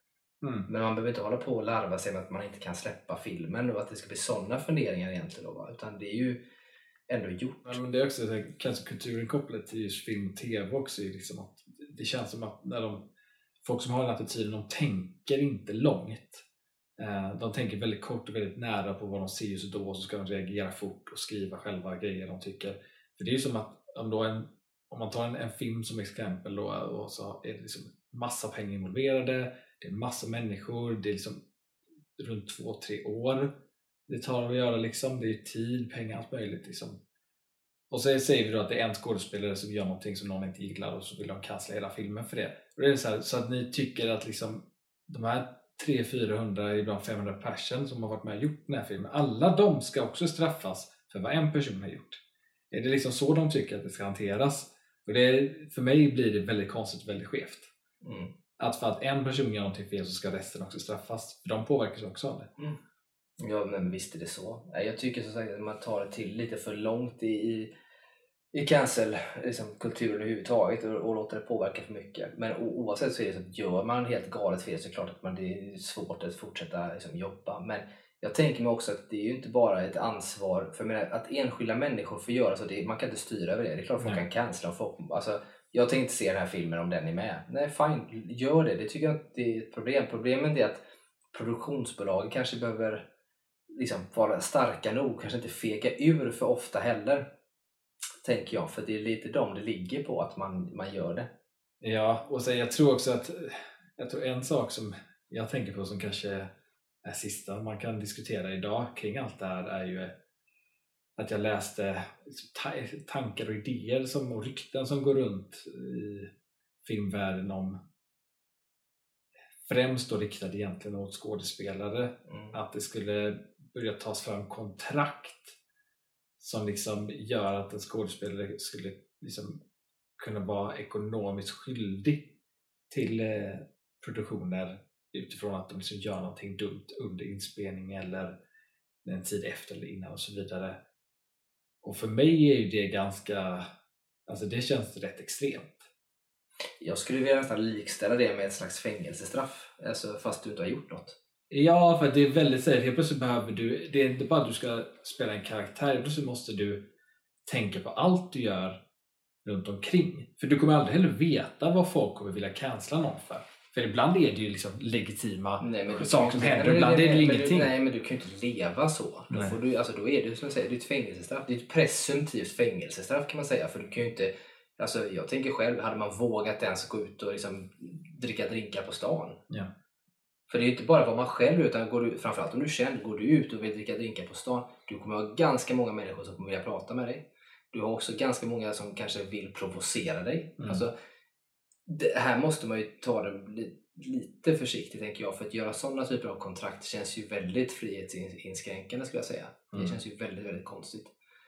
Men man behöver inte hålla på och larva sig med att man inte kan släppa filmen och att det ska bli sådana funderingar egentligen då, utan det är ju ändå gjort. Men det är också kanske kulturen kopplat till just film och tv också, liksom att det känns som att när folk som har den attityden, de tänker inte långt. De tänker väldigt kort och väldigt nära på vad de ser just då, och så ska de reagera fort och skriva själva grejer de tycker. För det är ju som att om man tar en film som exempel då, och så är det liksom massa pengar involverade, det är massa människor, det är liksom runt 2-3 år det tar att göra liksom, det är tid, pengar, allt möjligt liksom. Och så säger vi då att det är en skådespelare som gör någonting som någon inte gillar och så vill de cancella hela filmen för det. Och det är så att ni tycker att liksom de här 300-400, ibland 500 personer som har varit med och gjort den här filmen, alla de ska också straffas för vad en person har gjort. Är det liksom så de tycker att det ska hanteras? Och för mig blir det väldigt konstigt, väldigt skevt. Att för att en person gör någonting fel så ska resten också straffas, för de påverkas också av det. Ja, men visst är det så. Jag tycker så sagt att man tar det till lite för långt i cancel liksom, kulturen överhuvudtaget och låter det påverka för mycket. Men oavsett så är det så att gör man helt galet fel så är det klart att det är svårt att fortsätta liksom, jobba. Men jag tänker mig också att det är ju inte bara ett ansvar för att enskilda människor får göra så. Man kan inte styra över det. Det är klart folk kan cancella. Jag tänkte inte se den här filmen om den är med. Nej, fine, gör det. Det tycker jag inte är ett problem. Problemet är att produktionsbolaget kanske behöver liksom vara starka nog, kanske inte feka ur för ofta heller, tänker jag, för det är lite dem det ligger på att man gör det. Ja, och så jag tror också att en sak som jag tänker på som kanske är sista man kan diskutera idag kring allt det här är ju att jag läste tankar och idéer och rykten som går runt i filmvärlden om, främst då riktade egentligen åt skådespelare, att det skulle börja tas fram kontrakt som liksom gör att en skådespelare skulle liksom kunna vara ekonomiskt skyldig till produktioner utifrån att de liksom gör någonting dumt under inspelning eller en tid efter eller innan och så vidare. Och för mig är ju det ganska, alltså det känns rätt extremt. Jag skulle vilja nästan likställa det med ett slags fängelsestraff, alltså fast du inte har gjort något. Ja, för det är väldigt säkert. Helt plötsligt behöver det är inte bara att du ska spela en karaktär, plötsligt måste du tänka på allt du gör runt omkring. För du kommer aldrig heller veta vad folk kommer vilja cancella någon för ibland är det ju liksom legitima saker som händer, ibland är det ju ingenting. Men du kan ju inte leva så. Då är det som jag säger, det är ett fängelsestraff. Det är ett presumtivt fängelsestraff kan man säga, för du kan ju inte. Alltså, jag tänker själv, hade man vågat ens gå ut och liksom dricka drinkar på stan? Ja. För det är ju inte bara vad man själv, utan framförallt om du känner, går du ut och vill dricka drinkar på stan, du kommer ha ganska många människor som kommer vilja prata med dig. Du har också ganska många som kanske vill provocera dig. Alltså, här måste man ju ta det lite försiktigt, tänker jag, för att göra sådana typer av kontrakt känns ju väldigt frihetsinskränkande, skulle jag säga. Det känns ju väldigt, väldigt konstigt.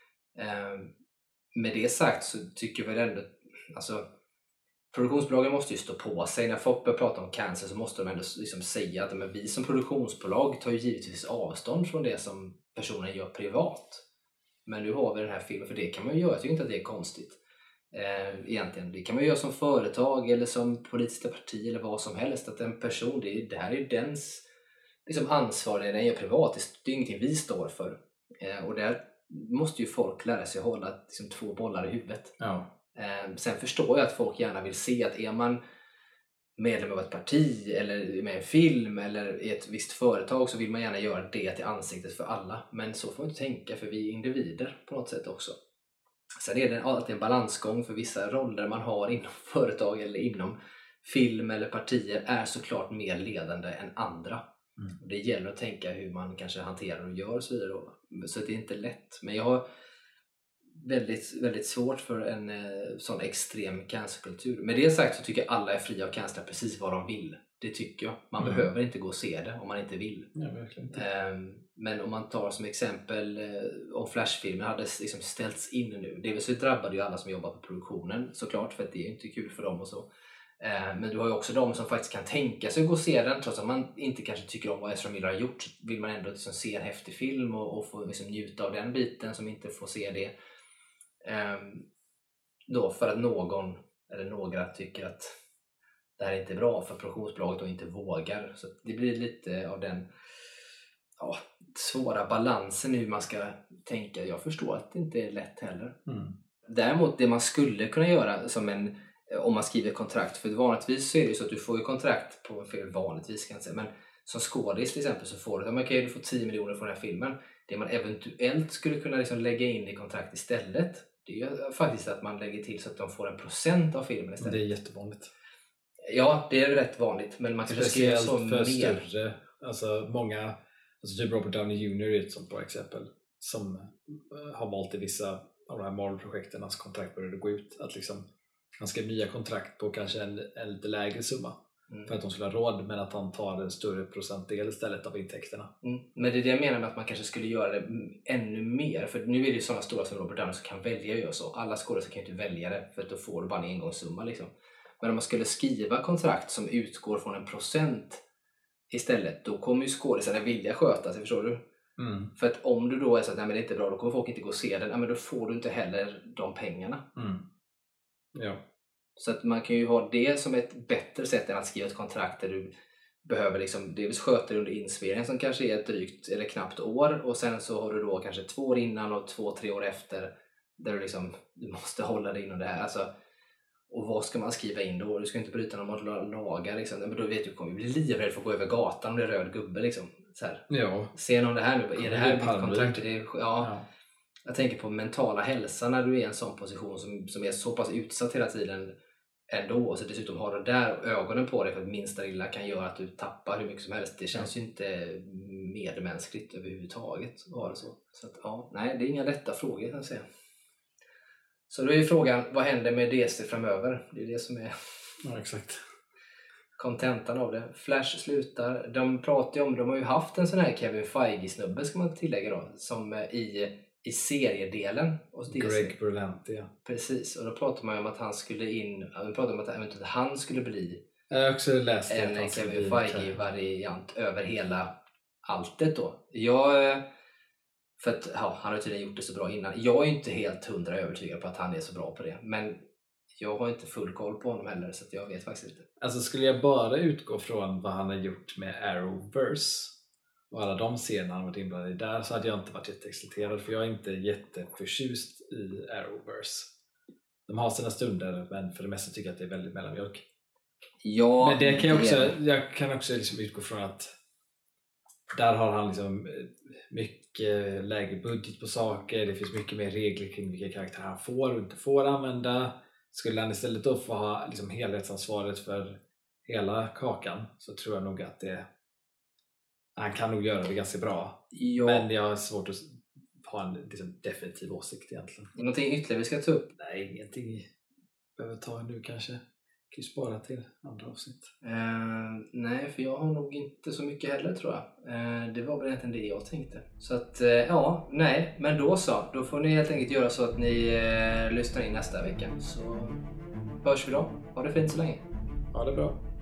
Med det sagt så tycker jag väl ändå, alltså, produktionsbolagen måste ju stå på sig. När folk börjar prata om cancer så måste de ändå liksom säga att vi som produktionsbolag tar ju givetvis avstånd från det som personen gör privat. Men nu har vi den här filmen, för det kan man ju göra. Jag tycker inte att det är konstigt. Egentligen. Det kan man göra som företag eller som politiska parti eller vad som helst. Att en person, det här är ju dens liksom ansvar när den gör privat. Det är ingenting vi står för. Och där måste ju folk lära sig att hålla liksom 2 bollar i huvudet. Ja. Sen förstår jag att folk gärna vill se att är man medlem av ett parti eller med en film eller i ett visst företag så vill man gärna göra det till ansiktet för alla. Men så får man inte tänka, för vi är individer på något sätt också. Sen är det alltid en balansgång, för vissa roller man har inom företag eller inom film eller partier är såklart mer ledande än andra. Det gäller att tänka hur man kanske hanterar och gör och så vidare. Så det är inte lätt. Men jag har väldigt, väldigt svårt för en sån extrem cancerkultur. Med det sagt så tycker jag alla är fria att cancella precis vad de vill. Det tycker jag. Man behöver inte gå och se det om man inte vill. Ja, verkligen inte. Men om man tar som exempel om Flash-filmen hade liksom ställts in nu. Det så drabbade ju alla som jobbar på produktionen såklart, för att det är inte kul för dem och så. Men du har ju också de som faktiskt kan tänka sig att gå och se den, trots att man inte kanske tycker om vad Ezra Miller har gjort, så vill man ändå liksom se en häftig film och få liksom njuta av den biten som inte får se det. Då för att någon eller några tycker att det här är inte bra för produktionsbolaget och inte vågar. Så det blir lite av den svåra balansen hur man ska tänka. Jag förstår att det inte är lätt heller. Däremot det man skulle kunna göra som om man skriver kontrakt, för vanligtvis så är det ju så att du får ju kontrakt på, för vanligtvis kan jag säga, men som skådis till exempel så får du får 10 miljoner från den här filmen. Det man eventuellt skulle kunna liksom lägga in i kontrakt istället, det är ju faktiskt att man lägger till så att de får 1% av filmen istället. Det är jättevanligt. Ja, det är rätt vanligt, men man kanske skriver så för mer. Större, alltså många, typ Robert Downey Jr. är ett sånt bra exempel som har valt i vissa av de här Marvel-projekten, hans kontrakt började gå ut, att liksom han ska nya kontrakt på kanske en lite lägre summa för att de skulle ha råd, men att han tar en större procentdel istället av intäkterna. Men det är det jag menar med att man kanske skulle göra det ännu mer, för nu är det ju sådana stora som Robert Downey som kan välja att göra så. Alla skådespelare kan ju inte välja det, för att då får du bara en engångssumma liksom. Men om man skulle skriva kontrakt som utgår från 1% istället, då kommer ju skådespelarna vilja sköta sig, förstår du? För att om du då är så att nej, men det är inte bra, då kommer folk inte gå och se den, men då får du inte heller de pengarna. Ja. Så att man kan ju ha det som ett bättre sätt än att skriva ett kontrakt där du behöver liksom dels sköta det under inspelningen som kanske är ett drygt eller knappt år, och sen så har du då kanske 2 år innan och 2-3 år efter där du måste hålla dig inom det här. Alltså, och vad ska man skriva in då? Du ska inte bryta några lagar liksom. Men då vet du, kommer bli livrädd för att gå över gatan om det är röd gubbe liksom. Så här. Ja. Ser någon det här nu? Är det här mitt kontrakt? Ja. Jag tänker på mentala hälsa när du är i en sån position som är så pass utsatt hela tiden ändå, och så dessutom har du där ögonen på dig för att minsta lilla kan göra att du tappar hur mycket som helst. Det känns ju inte medmänskligt överhuvudtaget att ha det så. Så att, nej, det är inga lätta frågor kan jag säga. Så då är frågan, vad händer med DC framöver? Det är det som är exakt kontentan av det. Flash slutar. De pratar ju om, de har ju haft en sån här Kevin Feige-snubbe ska man tillägga då, som i seriedelen hos DC. Greg Berlanti, ja. Precis, och då pratar man ju om att han skulle att han skulle bli jag har också läst en Kevin Feige-variant över hela alltet då. För att han har tydligen gjort det så bra innan. Jag är inte helt 100 övertygad på att han är så bra på det, men jag har inte full koll på honom heller, så att jag vet faktiskt inte. Alltså skulle jag bara utgå från vad han har gjort med Arrowverse och alla de scenerna han varit inblandad i där, så hade jag inte varit jätteexalterad, för jag är inte jätteförtjust i Arrowverse. De har sina stunder, men för det mesta tycker jag att det är väldigt mellanmjölk. Ja, men det kan jag kan också liksom utgå från att där har han liksom mycket lägre budget på saker, det finns mycket mer regler kring vilka karaktärer han får och inte får använda. Skulle han istället då få ha liksom helhetsansvaret för hela kakan, så tror jag nog att han kan nog göra det ganska bra. Ja. Men jag har svårt att ha en liksom definitiv åsikt egentligen. Någonting ytterligare vi ska ta upp? Nej, ingenting behöver ta nu kanske. Kan ju spara till andra avsnitt. Nej, för jag har nog inte så mycket heller, tror jag. Det var väl egentligen det jag tänkte. Så att, men då så. Då får ni helt enkelt göra så att ni lyssnar in nästa vecka. Så hörs vi då. Ha det fint så länge. Ha det bra.